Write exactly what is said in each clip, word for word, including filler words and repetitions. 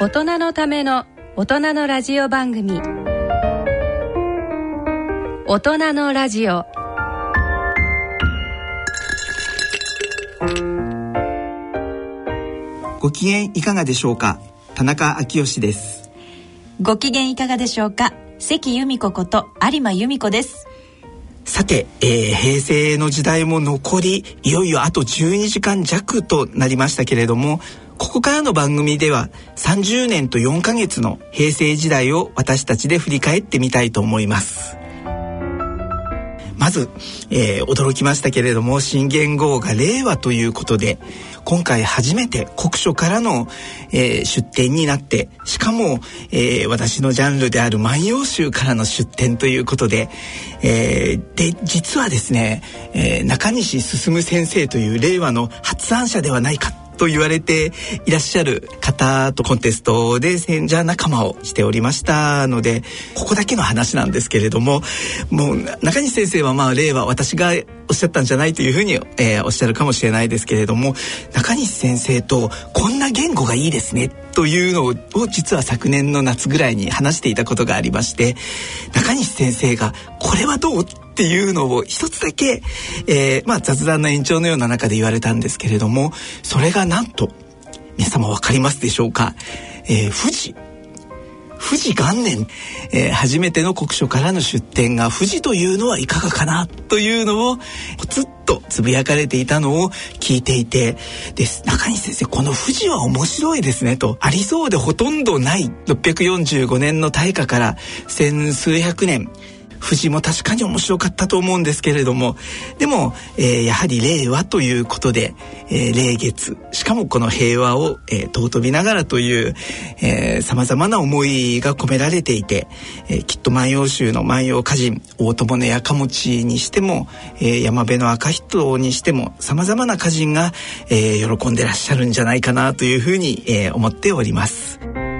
大人のための大人のラジオ番組、大人のラジオ。 ご機嫌いかがでしょうか。田中昭義です。 ご機嫌いかがでしょうか。関由美子こと有馬由美子です。 さて、えー、平成の時代も残りいよいよあとじゅうにじかん弱となりましたけれども、ここからの番組ではさんじゅうねんとよんかげつの平成時代を私たちで振り返ってみたいと思います。まず、えー、驚きましたけれども、新元号が令和ということで、今回初めて国書からの、えー、出展になって、しかも、えー、私のジャンルである万葉集からの出展ということで、えー、で実はですね、えー、中西進先生という令和の発案者ではないかと言われていらっしゃる方とコンテストで選者仲間をしておりましたので、ここだけの話なんですけれども、もう中西先生はまあ令和私がおっしゃったんじゃないというふうに、えー、おっしゃるかもしれないですけれども、中西先生とこんな言語がいいですねというのを実は昨年の夏ぐらいに話していたことがありまして、中西先生がこれはどうっていうのを一つだけ、えーまあ、雑談の延長のような中で言われたんですけれども、それがなんと皆様わかりますでしょうか。えー、富士富士元年、えー、初めての国書からの出展が富士というのはいかがかなというのをずっとつぶやかれていたのを聞いていて、です。中西先生、この富士は面白いですねと、ありそうでほとんどないろっぴゃくよんじゅうごねんの大火から千数百年、富士も確かに面白かったと思うんですけれども、でも、えー、やはり令和ということで、えー、霊月、しかもこの平和を、えー、尊びながらというさまざまな思いが込められていて、えー、きっと万葉集の万葉歌人、大友のやかもちにしても、えー、山辺の赤人にしてもさまざまな歌人が、えー、喜んでらっしゃるんじゃないかなというふうに、えー、思っております。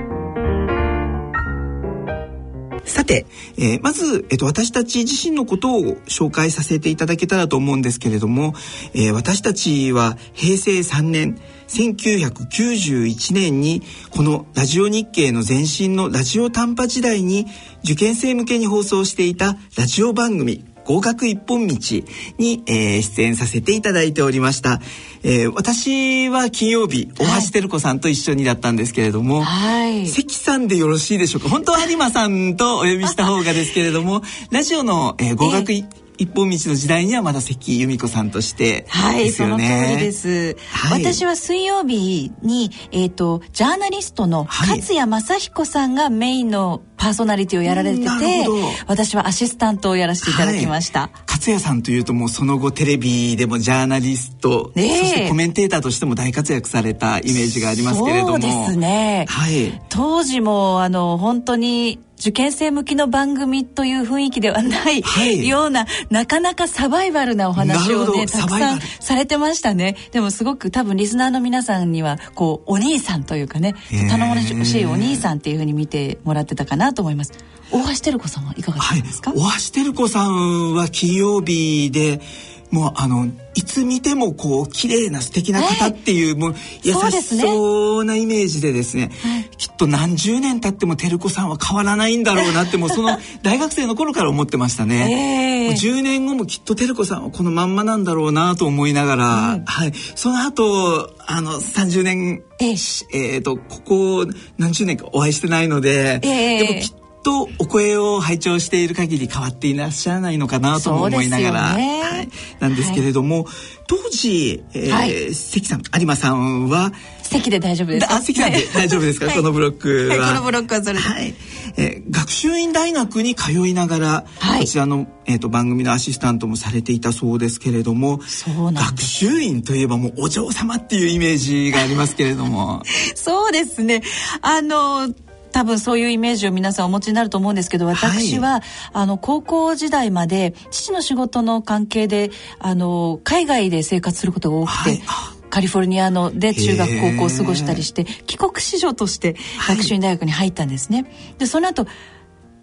さて、えー、まず、えっと、私たち自身のことを紹介させていただけたらと思うんですけれども、えー、私たちは平成さんねんせんきゅうひゃくきゅうじゅういちねんにこのラジオ日経の前身のラジオ短波時代に受験生向けに放送していたラジオ番組合格一本道に、えー、出演させていただいておりました。えー、私は金曜日大橋照子さんと一緒にだったんですけれども、はい、関さんでよろしいでしょうか。本当は有馬さんとお呼びした方がですけれどもラジオの、えー、合格一一本道の時代にはまだ関由美子さんとしてですよね。 はい、その通りです、はい、私は水曜日に、えーと、ジャーナリストの勝谷正彦さんがメインのパーソナリティをやられてて、私はアシスタントをやらせていただきました、はい、 勝谷さんというともうその後テレビでもジャーナリスト、ね、そしてコメンテーターとしても大活躍されたイメージがありますけれども。 そうですね、はい、当時もあの本当に受験生向きの番組という雰囲気ではない、はい、ようななかなかサバイバルなお話をねたくさんされてましたね。でもすごく多分リスナーの皆さんにはこうお兄さんというかね、頼もしいお兄さんっていう風に見てもらってたかなと思います。大橋照子さんはいかがですか。 はい、大橋照子さんは金曜日でもうあのいつ見てもこう綺麗な素敵な方っていう、えー、もう優しそうなイメージでですね、はい、きっと何十年経っても照子さんは変わらないんだろうなってもうその大学生の頃から思ってましたね、えー、もうじゅうねんごもきっと照子さんはこのまんまなんだろうなと思いながら、うん、はい、その後あのさんじゅうねん、えーえー、とここ何十年かお会いしてないので、えー、でもきっととお声を拝聴している限り変わっていらっしゃらないのかなとも思いながら、ね、はい、なんですけれども、はい、当時、えーはい、関さん有馬さんは関で大丈夫ですか。 あ、関さんで大丈夫ですか、はい、このブロックは、 はい、このブロックはそれで、 はい、えー、学習院大学に通いながら、はい、こちらの、えー、と番組のアシスタントもされていたそうですけれども、 そうなんです。 学習院といえばもうお嬢様っていうイメージがありますけれどもそうですね、あの多分そういうイメージを皆さんお持ちになると思うんですけど、私は、はい、あの高校時代まで父の仕事の関係であの海外で生活することが多くて、はい、カリフォルニアので中学高校を過ごしたりして帰国子女として学習院大学に入ったんですね、はい、でその後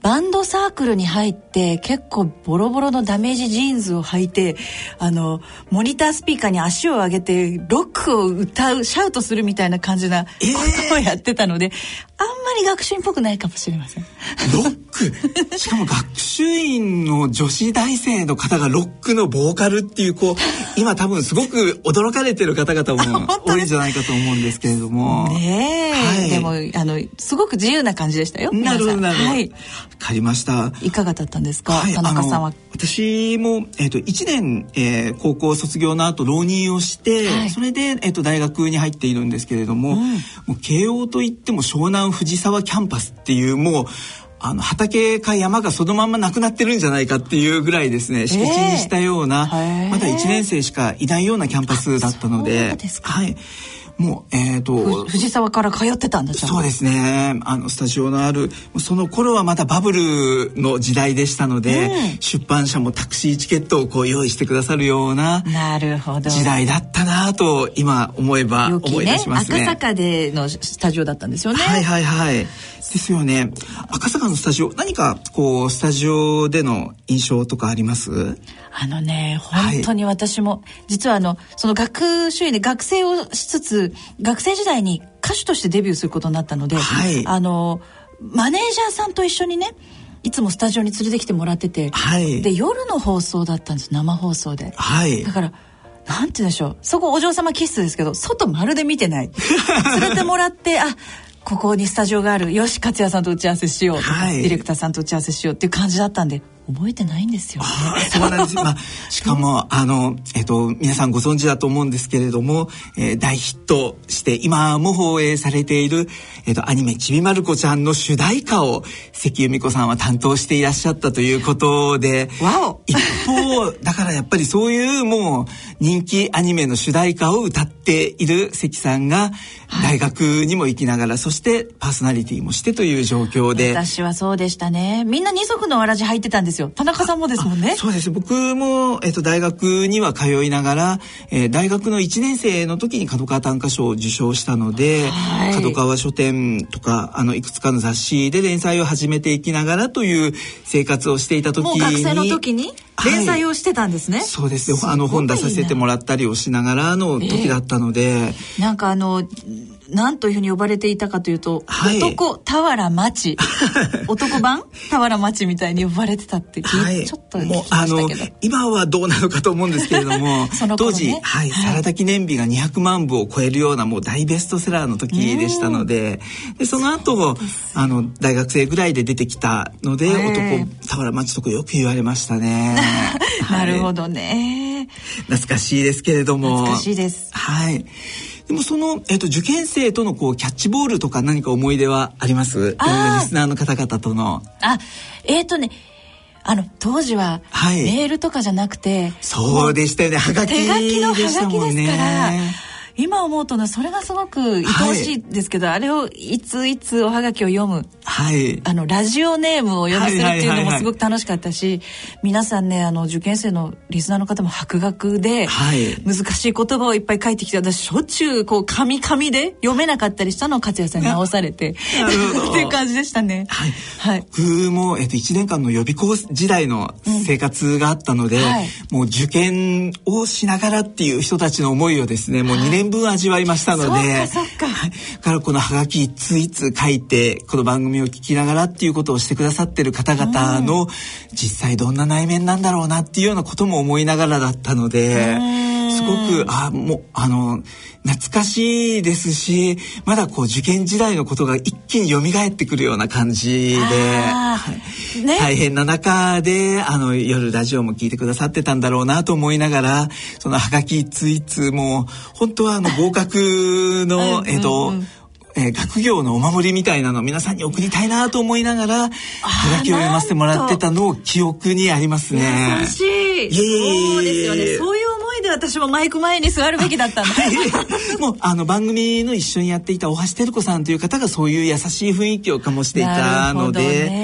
バンドサークルに入って結構ボロボロのダメージジーンズを履いてあのモニタースピーカーに足を上げてロックを歌うシャウトするみたいな感じなことをやってたので、えー、あんまり学習院っぽくないかもしれません。 ロックしかも学習院の女子大生の方がロックのボーカルっていうこう今多分すごく驚かれてる方々も多いんじゃないかと思うんですけれどもねえ、はい、でもあのすごく自由な感じでしたよ。 なるほどなるほど、 はい、 分かりました。 いかがだったんですか、はい、田中さんは。 私も、えー、といちねん、えー、高校卒業の後浪人をして、はい、それで、えー、と大学に入っているんですけれども、うん、もう慶応といっても湘南藤沢キャンパスっていうもうあの畑か山がそのまんまなくなってるんじゃないかっていうぐらいですね、敷地にしたような、えー、まだいちねん生しかいないようなキャンパスだったので、 そうですか。 はい、もうえーと藤沢から通ってたんだじゃん。 そうですね、あのスタジオのあるその頃はまだバブルの時代でしたので、うん、出版社もタクシーチケットをこう用意してくださるような時代だったなと今思えば思い出しますね。 赤坂でのスタジオだったんですよね。 はいはいはいですよね。赤坂のスタジオ、何かこうスタジオでの印象とかあります？ あのね、本当に私も、はい、実はあのその学習院で学生をしつつ学生時代に歌手としてデビューすることになったので、はい、あのマネージャーさんと一緒にねいつもスタジオに連れてきてもらってて、はい、で夜の放送だったんです、生放送で、はい、だからなんて言うんでしょう、そこお嬢様気質ですけど外まるで見てない連れてもらってあここにスタジオがある、よし勝也さんと打ち合わせしようとか、はい、ディレクターさんと打ち合わせしようっていう感じだったんで覚えてないんですよね。 そうなんです、まあ、しかもあの、えっと、皆さんご存知だと思うんですけれども、えー、大ヒットして今も放映されている、えっと、アニメちびまる子ちゃんの主題歌を関由美子さんは担当していらっしゃったということで、 わお一方だからやっぱりそういうもう人気アニメの主題歌を歌っている関さんが大学にも行きながら、はい、そしてパーソナリティもしてという状況で、 私はそうでしたね。みんな二足のわらじ入ってたんですよ。田中さんもですもんね。 そうです。僕も、えっと、大学には通いながら、えー、大学のいちねん生の時に角川短歌賞を受賞したので、はい、角川書店とかあのいくつかの雑誌で連載を始めていきながらという生活をしていた時に、もう学生の時に連載をしてたんですね。 はい、そうですよ。あの本出させてもらったりをしながらの時だったので、えー、なんかあの何というふうに呼ばれていたかというと、はい、男俵町男版俵町みたいに呼ばれてたって聞い、はい、ちょっと聞きましたけど、もうあの今はどうなのかと思うんですけれどもその、ね、当時、はい、サラダ記念日がにひゃくまんぶを超えるようなもう大ベストセラーの時でしたので、でその後あの大学生ぐらいで出てきたので、男俵町とかよく言われましたねなるほどね、 懐かしいですけれども。 懐かしいです。 はい。でもその、えーと、受験生とのこうキャッチボールとか何か思い出はあります？リスナーの方々との。 あ、えーとねあの当時はメールとかじゃなくて、はい、 そうでしたよね。はがき手書きのはがきですから、今思うとねそれがすごく愛おしいですけど、はい、あれをいついつおはがきを読む、はい、あのラジオネームを読みするっていうのもすごく楽しかったし、皆さんねあの受験生のリスナーの方も博学で、はい、難しい言葉をいっぱい書いてきて、私しょっちゅうこう紙紙で読めなかったりしたのを勝也さんに直されてっていう感じでしたね。はいはい、僕も、えっと、いちねんかんの予備校時代の生活があったので、うんはい、もう受験をしながらっていう人たちの思いをですねもうにねんぶん味わいましたので、 そうかそうか、はい、 からこのハガキいついつ書いてこの番組を聞きながらっていうことをしてくださってる方々の、うん、実際どんな内面なんだろうなっていうようなことも思いながらだったので、すごくあもうあの懐かしいですし、まだこう受験時代のことが一気に蘇ってくるような感じで、はいね、大変な中であの夜ラジオも聞いてくださってたんだろうなと思いながら、そのハガキいついつも本当はあの合格のえっとえー、学業のお守りみたいなのを皆さんに送りたいなと思いながらハガキを読ませてもらってたのを記憶にありますね。 優しい。そうですよね。そういう思いで私もマイク前に座るべきだったんだもうあの番組の一緒にやっていた大橋照子さんという方がそういう優しい雰囲気を醸していたので、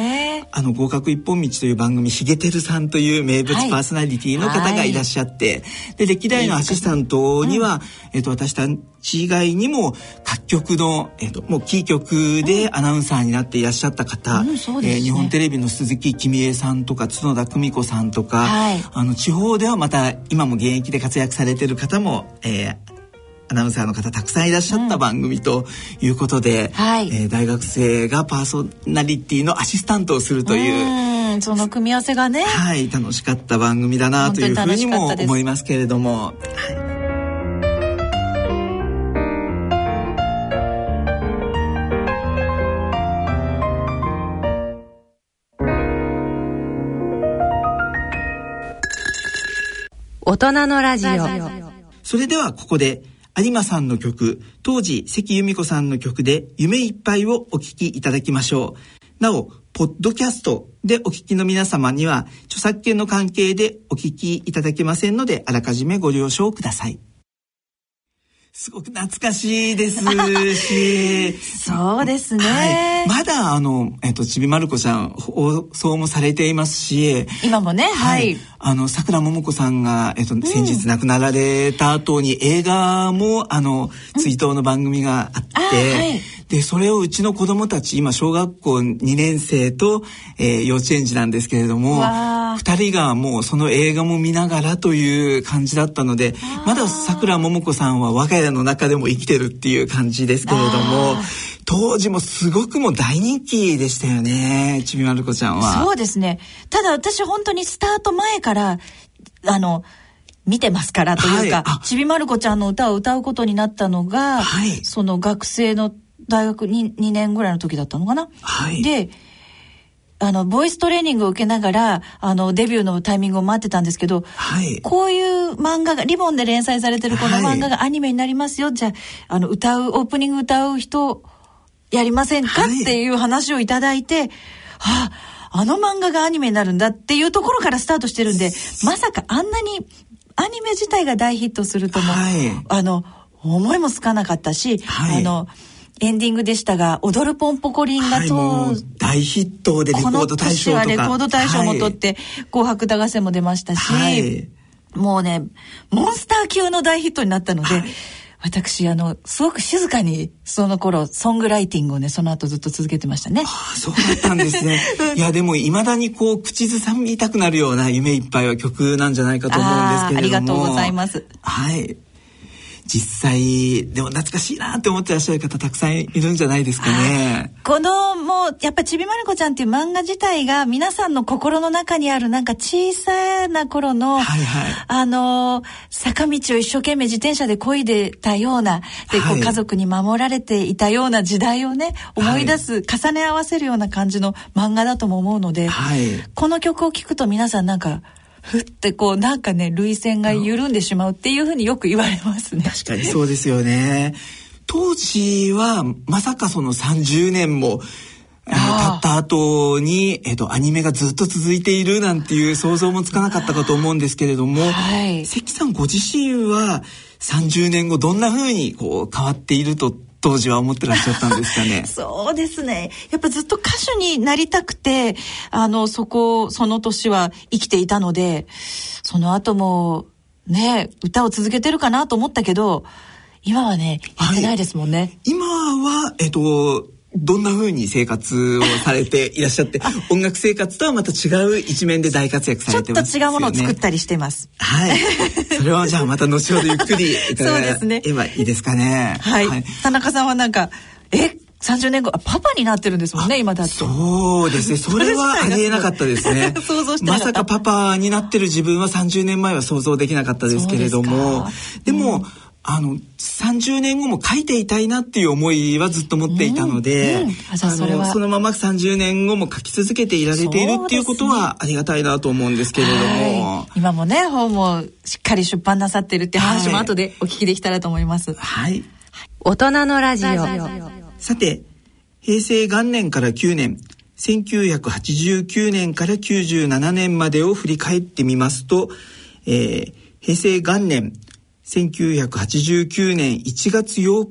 あの合格一本道という番組、しげてるさんという名物パーソナリティの方がいらっしゃって、はい、で歴代のアシスタントには、うん、えっと、私たち以外にも各局の、えっと、もうキー局でアナウンサーになっていらっしゃった方、うんうん、そうですね、えー、日本テレビの鈴木君江さんとか角田久美子さんとか、はい、あの地方ではまた今も現役で活躍されている方も、えーアナウンサーの方たくさんいらっしゃった番組ということで、うん、はい、えー、大学生がパーソナリティのアシスタントをするという、 うん、その組み合わせがね、 はい、楽しかった番組だなというふうにも思いますけれども、はい、 大人のラジオ。 それではここで有馬さんの曲、当時関由美子さんの曲で夢いっぱいをお聴きいただきましょう。なおポッドキャストでお聴きの皆様には著作権の関係でお聴きいただけませんので、あらかじめご了承ください。すごく懐かしいですしそうですね、 はい、まだあの、えっと、ちびまる子ちゃん放送もされていますし、 今もね、はい、 あのさくらももこさんが、えっと、先日亡くなられた後に映画もあの追悼の番組があって、うん、はい、でそれをうちの子供たち、今小学校にねん生と、えー、幼稚園児なんですけれども、ふたりがもうその映画も見ながらという感じだったので、まださくらももこさんは我が家の中でも生きてるっていう感じですけれども、当時もすごくもう大人気でしたよね、ちびまる子ちゃんは。 そうですね。ただ私本当にスタート前からあの見てますからというか、はい、ちびまる子ちゃんの歌を歌うことになったのが、はい、その学生の大学 に, にねんぐらいの時だったのかな、はい、であのボイストレーニングを受けながらあのデビューのタイミングを待ってたんですけど、はい、こういう漫画がリボンで連載されてるこの漫画がアニメになりますよ、はい、じゃあ、あの歌うオープニング歌う人やりませんか、はい、っていう話をいただいて、はあ、あの漫画がアニメになるんだっていうところからスタートしてるんで、まさかあんなにアニメ自体が大ヒットするとも、はい、あの思いもつかなかったし、はい、あのエンディングでしたが、踊るポンポコリンがと、はい、 大ヒットでレコード大賞とか、この年はレコード大賞も取って、はい、紅白歌合戦も出ましたし、はい、もうねモンスター級の大ヒットになったので、はい、私あのすごく静かにその頃ソングライティングをねその後ずっと続けてましたね。 ああ、そうだったんですねいやでも未だにこう口ずさみたくなるような夢いっぱいは曲なんじゃないかと思うんですけれども、 あ, ありがとうございます。 はい、実際でも懐かしいなって思ってらっしゃる方たくさんいるんじゃないですかね。 このもうやっぱちびまる子ちゃんっていう漫画自体が皆さんの心の中にあるなんか小さな頃の、はいはい、あの坂道を一生懸命自転車で漕いでたようなで、はい、こう家族に守られていたような時代をね思い出す、はい、重ね合わせるような感じの漫画だとも思うので、はい、この曲を聴くと皆さんなんかふってこうなんかね涙腺が緩んでしまうっていうふうによく言われますね。 確かにそうですよね。当時はまさかそのさんじゅうねんも経った後に、えっと、アニメがずっと続いているなんていう想像もつかなかったかと思うんですけれども、はい、関さんご自身はさんじゅうねんごどんな風にこう変わっていると当時は思ってらっしゃったんですかね。 そうですね。やっぱずっと歌手になりたくて、あのそこその年は生きていたので、その後もね歌を続けてるかなと思ったけど、今はねやってないですもんね。はい、 今はえっとどんな風に生活をされていらっしゃって音楽生活とはまた違う一面で大活躍されてますよね。 ちょっと違うものを作ったりしてます。 はい。それはじゃあまた後ほどゆっくり伺えばいいですかね。 はい、はい。田中さんはなんかえさんじゅうねんごあパパになってるんですもんね今だって。 そうですね。それはありえなかったですね。想像してなかった。まさかパパになってる自分はさんじゅうねんまえは想像できなかったですけれども、で, でも、うん、あのさんじゅうねんごも書いていたいなっていう思いはずっと持っていたので、うんうん、あじゃあそれはあのそのままさんじゅうねんごも書き続けていられているっていうことはありがたいなと思うんですけれども、 はい、今もね本もしっかり出版なさってるって話も後でお聞きできたらと思います。 はい、 大人のラジオ。 さて平成元年からきゅうねん、せんきゅうひゃくはちじゅうきゅうねんからきゅうじゅうななねんまでを振り返ってみますと、えー、平成元年せんきゅうひゃくはちじゅうきゅうねんいちがつようか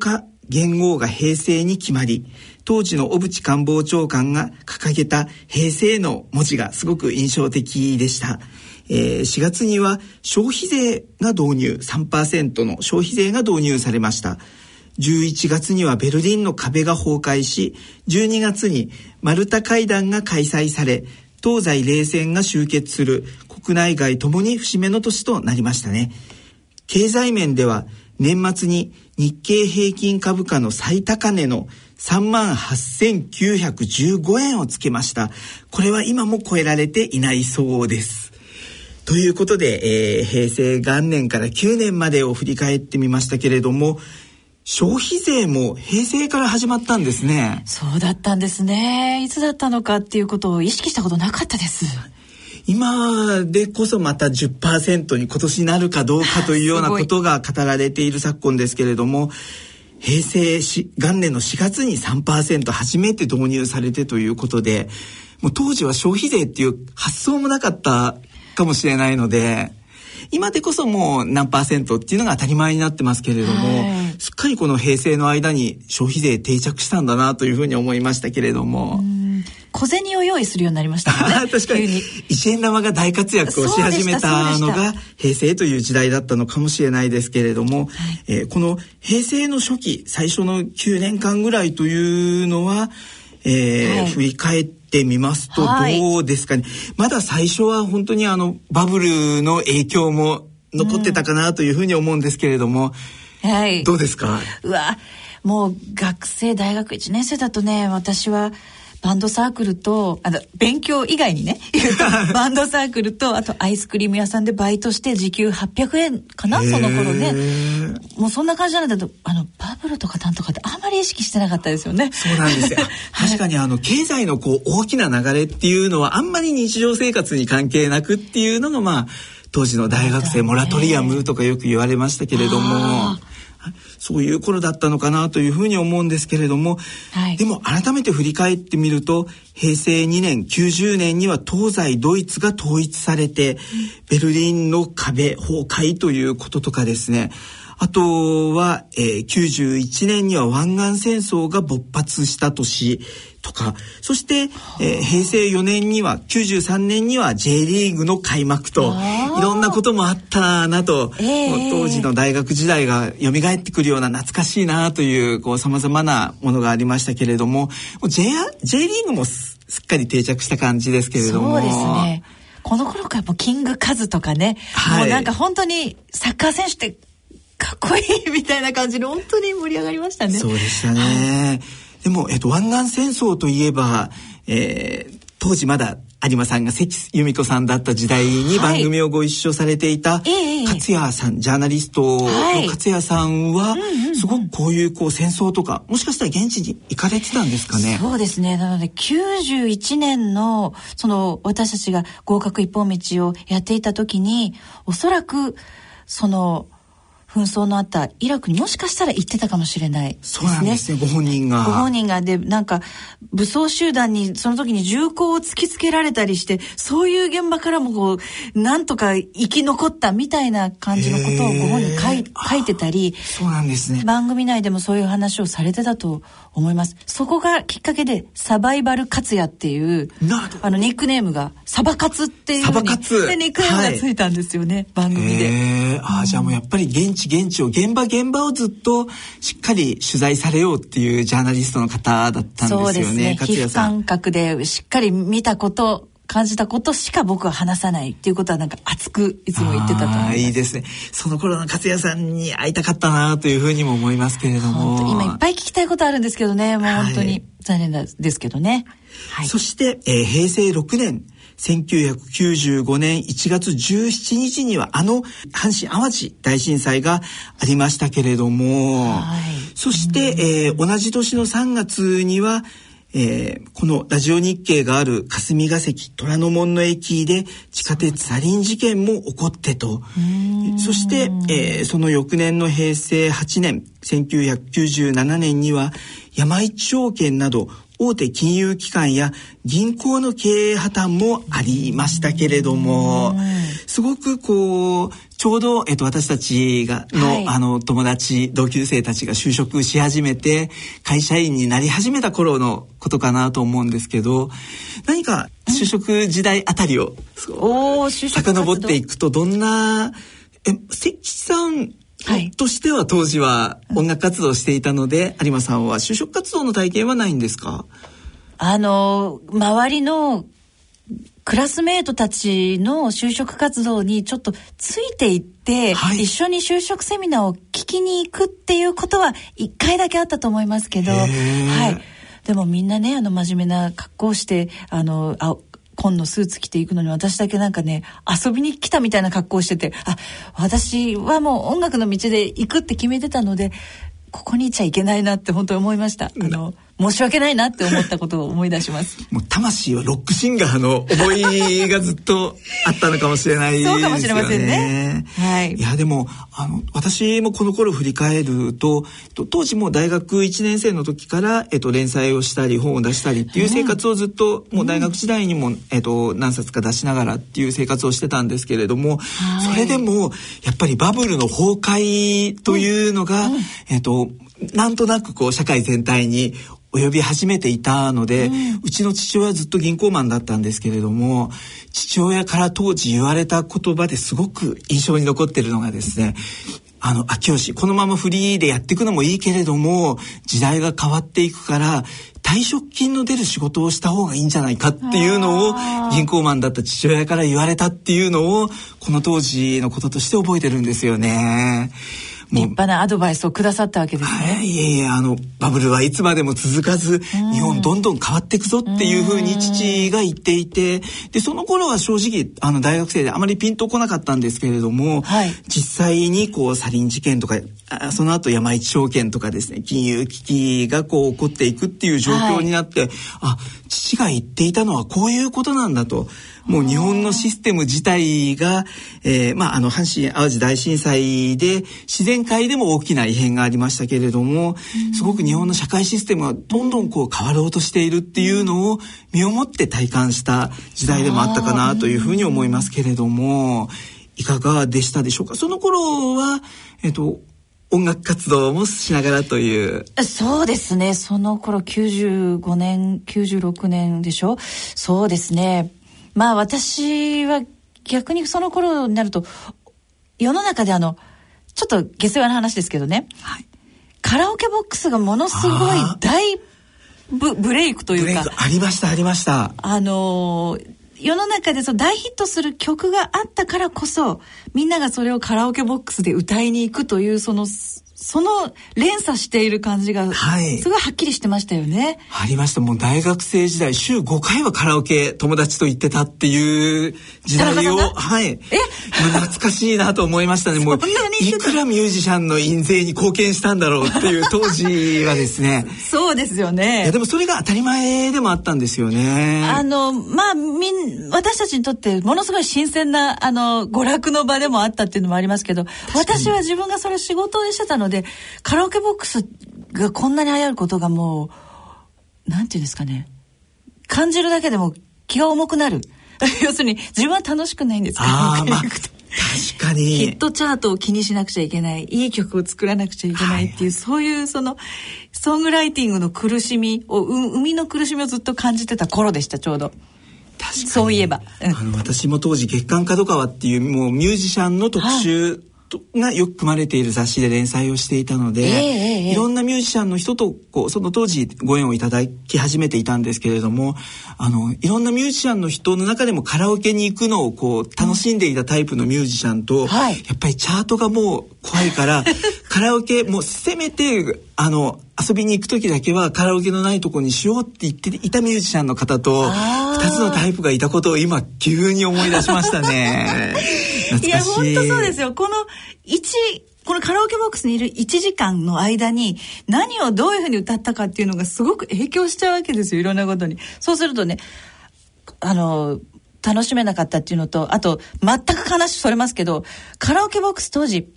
元号が平成に決まり、当時の小渕官房長官が掲げた平成の文字がすごく印象的でした。えー、しがつには消費税が導入、さんパーセント の消費税が導入されました。じゅういちがつにはベルリンの壁が崩壊し、じゅうにがつにマルタ会談が開催され、東西冷戦が終結する国内外ともに節目の年となりましたね。経済面では年末に日経平均株価の最高値のさんまんはっせんきゅうひゃくじゅうごえんをつけました。これは今も超えられていないそうです。ということで、えー、平成元年からきゅうねんまでを振り返ってみましたけれども、消費税も平成から始まったんですね。 そうだったんですね。いつだったのかっていうことを意識したことなかったです。 今でこそまた じゅっパーセント に今年なるかどうかというようなことが語られている昨今ですけれども、平成元年のしがつに さんパーセント 初めて導入されてということで、もう当時は消費税っていう発想もなかったかもしれないので、今でこそもう何パーセントっていうのが当たり前になってますけれども、はい、すっかりこの平成の間に消費税定着したんだなというふうに思いましたけれども、 小銭を用意するようになりましたね。 確かに一円玉が大活躍をし始めたのが平成という時代だったのかもしれないですけれども、はい、えー、この平成の初期最初のきゅうねんかんぐらいというのは、えーはい、振り返ってみますとどうですかね、はい、まだ最初は本当にあのバブルの影響も残ってたかなというふうに思うんですけれども、うん、はい、どうですか？ うわ、もう学生大学いちねん生だとね、私はバンドサークルとあの勉強以外にねバンドサークルとあとアイスクリーム屋さんでバイトして時給はっぴゃくえんかな、その頃ね。もうそんな感じなんだけど、あのバブルとかなんとかってあんまり意識してなかったですよね。 そうなんですよ確かにあの経済のこう大きな流れっていうのはあんまり日常生活に関係なくっていうのが、まあ当時の大学生モラトリアムとかよく言われましたけれども、そういう頃だったのかなというふうに思うんですけれども、はい、でも改めて振り返ってみると、平成にねんきゅうじゅうねんには東西ドイツが統一されて、うん、ベルリンの壁崩壊ということとかですね、あとは、えー、きゅうじゅういちねんには湾岸戦争が勃発した年とか、そして、えー、平成よねんにはきゅうじゅうさんねんには J リーグの開幕と、いろんなこともあったなと、えー、当時の大学時代が蘇ってくるような懐かしいなというこう様々なものがありましたけれども、J, J リーグも す, すっかり定着した感じですけれども。 そうですね。この頃からもうキングカズとかね、はい、もうなんか本当にサッカー選手ってかっこいいみたいな感じで本当に盛り上がりましたね。 そうでしたね。でも、えっと、湾岸戦争といえば、えー、当時まだ有馬さんが関由美子さんだった時代に番組をご一緒されていた勝谷さん、ジャーナリストの勝谷さんは、すごくこういうこう戦争とか、もしかしたら現地に行かれてたんですかね。 そうですね。なのできゅうじゅういちねんのその私たちが合格一本道をやっていた時に、おそらくその紛争のあったイラクにもしかしたら行ってたかもしれないですね。 そうなんですね。ご本人が。 ご本人がで、なんか武装集団にその時に銃口を突きつけられたりして、そういう現場からもこうなんとか生き残ったみたいな感じのことをご本人書い、書いてたり、 そうなんですね。 番組内でもそういう話をされてたと思います。そこがきっかけでサバイバル勝也っていうあのニックネームがサバカツっていう風にでニックネームがついたんですよね、はい、番組で。 あ、じゃあもうやっぱり現地現地を現場現場をずっとしっかり取材されようっていうジャーナリストの方だったんですよね。 そうですね。皮膚感覚でしっかり見たこと感じたことしか僕は話さないっていうことはなんか熱くいつも言ってたと思います。 いいですね。その頃の勝也さんに会いたかったなというふうにも思いますけれども、 今いっぱい聞きたいことあるんですけどね、もう本当に残念ですけどね、 はい、そして、えー、平成ろくねんせんきゅうひゃくきゅうじゅうごねんいちがつじゅうしちにちにはあの阪神淡路大震災がありましたけれども、はい、そして、えー、同じ年のさんがつには、えー、このラジオ日経がある霞が関虎ノ門の駅で地下鉄サリン事件も起こってと、そして、えー、その翌年の平成はちねんせんきゅうひゃくきゅうじゅうななねんには山一証券など大手金融機関や銀行の経営破綻もありましたけれども、すごくこうちょうど、えっと、私たちがの、はい、あの友達同級生たちが就職し始めて会社員になり始めた頃のことかなと思うんですけど、何か就職時代あたりを遡っていくとどんなえ関さんはい、としては当時は音楽活動をしていたので、うん、有馬さんは就職活動の体験はないんですか？ あの周りのクラスメートたちの就職活動にちょっとついていって、はい、一緒に就職セミナーを聞きに行くっていうことは一回だけあったと思いますけど、はい、でもみんなねあの真面目な格好をしてあのあ紺のスーツ着ていくのに私だけなんかね遊びに来たみたいな格好をしてて、あ、私はもう音楽の道で行くって決めてたのでここにいちゃいけないなって本当に思いました。あの申し訳ないなって思ったことを思い出しますもう魂はロックシンガーの思いがずっとあったのかもしれないですよね。 そうかもしれませんね。はい。 いやでもあの私もこの頃振り返ると当時も大学いちねん生の時から、えっと、連載をしたり本を出したりっていう生活をずっと、うん、もう大学時代にも、えっと、何冊か出しながらっていう生活をしてたんですけれども、それでもやっぱりバブルの崩壊というのが、うんうん、えっとなんとなくこう社会全体に及び始めていたので、うん、うちの父親はずっと銀行マンだったんですけれども、父親から当時言われた言葉ですごく印象に残ってるのがですね、あの秋吉このままフリーでやっていくのもいいけれども時代が変わっていくから退職金の出る仕事をした方がいいんじゃないかっていうのを銀行マンだった父親から言われたっていうのをこの当時のこととして覚えてるんですよね。 立派なアドバイスをくださったわけですね。 はい、いえいえ、あのバブルはいつまでも続かず、うん、日本どんどん変わっていくぞっていうふうに父が言っていて、でその頃は正直あの大学生であまりピンとこなかったんですけれども、はい、実際にこうサリン事件とかあその後山一証券とかですね金融危機がこう起こっていくっていう状況になって、はい、あ父が言っていたのはこういうことなんだと。もう日本のシステム自体が、えー、まああの阪神淡路大震災で自然界でも大きな異変がありましたけれども、すごく日本の社会システムがどんどんこう変わろうとしているっていうのを身をもって体感した時代でもあったかなというふうに思いますけれども、いかがでしたでしょうか？その頃はえっと音楽活動もしながらという。 そうですね、その頃きゅうじゅうごねんきゅうじゅうろくねんでしょ。そうですね、まあ私は逆にその頃になると世の中であのちょっと下世話な話ですけどね、はい、カラオケボックスがものすごい大 ブ, ブレイクというかありましたありましたあのー、世の中でその大ヒットする曲があったからこそみんながそれをカラオケボックスで歌いに行くというそのその連鎖している感じがすごいはっきりしてましたよね。 はい、ありました。もう大学生時代週ごかいはカラオケ友達と行ってたっていう時代を、はい、え懐かしいなと思いましたね。もういくらミュージシャンの印税に貢献したんだろうっていう当時はですねそうですよね。 いやでもそれが当たり前でもあったんですよね。 あのまあみん私たちにとってものすごい新鮮なあの娯楽の場でもあったっていうのもありますけど、私は自分がそれを仕事にしてたのででカラオケボックスがこんなに流行ることがもうなんていうんですかね、感じるだけでも気が重くなる要するに自分は楽しくないんです。 あ、まあ、確かにヒットチャートを気にしなくちゃいけない、いい曲を作らなくちゃいけないっていう、はい、そういうそのソングライティングの苦しみを生みの苦しみをずっと感じてた頃でした。ちょうど確かにそういえば、 うん、あの私も当時月刊角川っていうもうミュージシャンの特集、はいがよく組まれている雑誌で連載をしていたので、えーえー、いろんなミュージシャンの人とこうその当時ご縁をいただき始めていたんですけれども、あのいろんなミュージシャンの人の中でもカラオケに行くのをこう楽しんでいたタイプのミュージシャンと、うん、やっぱりチャートがもう怖いからカラオケもうせめてあの遊びに行く時だけはカラオケのないとこにしようって言っていたミュージシャンの方とふたつのタイプがいたことを今急に思い出しましたねいや本当そうですよ。このいちこのカラオケボックスにいるいちじかんの間に何をどういうふうに歌ったかっていうのがすごく影響しちゃうわけですよ、いろんなことに。そうするとね、あの楽しめなかったっていうのと、あと全く話それますけど、カラオケボックス当時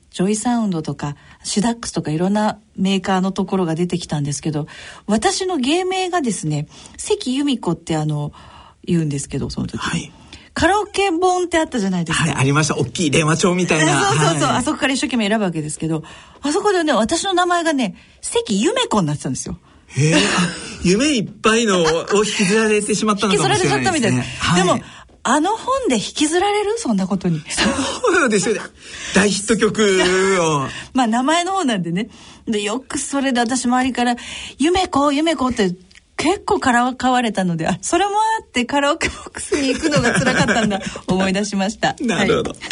ジョイサウンドとかシダックスとかいろんなメーカーのところが出てきたんですけど、私の芸名がですね関由美子ってあの言うんですけど、その時、はい、カラオケ本ってあったじゃないですか。 はい、ありました。大きい電話帳みたいな。 そうそうそう、 はい、 あそこから一生懸命選ぶわけですけど、あそこでね私の名前がね関由美子になってたんですよ。 へえ、夢いっぱいのを引きずられてしまったのかもしれないですね。引きずられちゃったみたいです、 はい、でもあの本で引きずられる、そんなことに。 そうですよね。大ヒット曲をまあ名前の方なんでね。でよくそれで私周りから夢子夢子って結構からかわれたので、あ、それもあってカラオケボックスに行くのが辛かったんだ思い出しました。 なるほど、はい、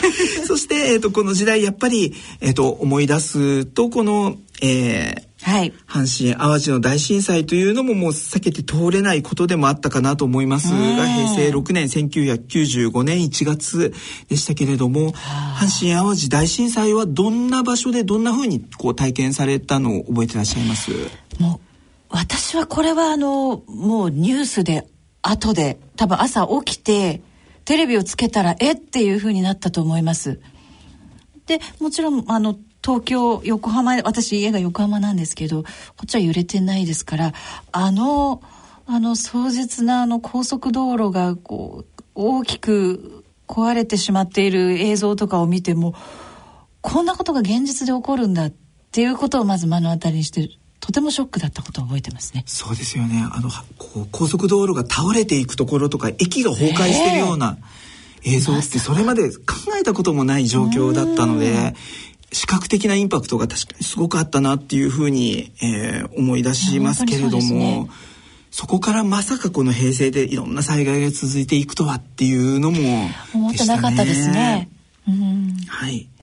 そして、えー、とこの時代やっぱり、えー、と思い出すとこの、えーはい、阪神淡路の大震災というのももう避けて通れないことでもあったかなと思いますが、平成ろくねんせんきゅうひゃくきゅうじゅうごねんいちがつでしたけれども、阪神淡路大震災はどんな場所でどんな風にこう体験されたのを覚えてらっしゃいます？ もう私はこれはあのもうニュースで後で多分朝起きてテレビをつけたらえっていう風になったと思います。でもちろんあの東京横浜、私家が横浜なんですけど、こっちは揺れてないですから、あのあの壮絶なあの高速道路がこう大きく壊れてしまっている映像とかを見ても、こんなことが現実で起こるんだっていうことをまず目の当たりにして、とてもショックだったことを覚えてますね。 そうですよね。あのこう高速道路が倒れていくところとか駅が崩壊しているような映像ってそれまで考えたこともない状況だったので、視覚的なインパクトが確かにすごくあったなっていうふうに、えー、思い出しますけれども、 そ, ね、そこからまさかこの平成でいろんな災害が続いていくとはっていうのも思ってなかったですね。うん、 はい。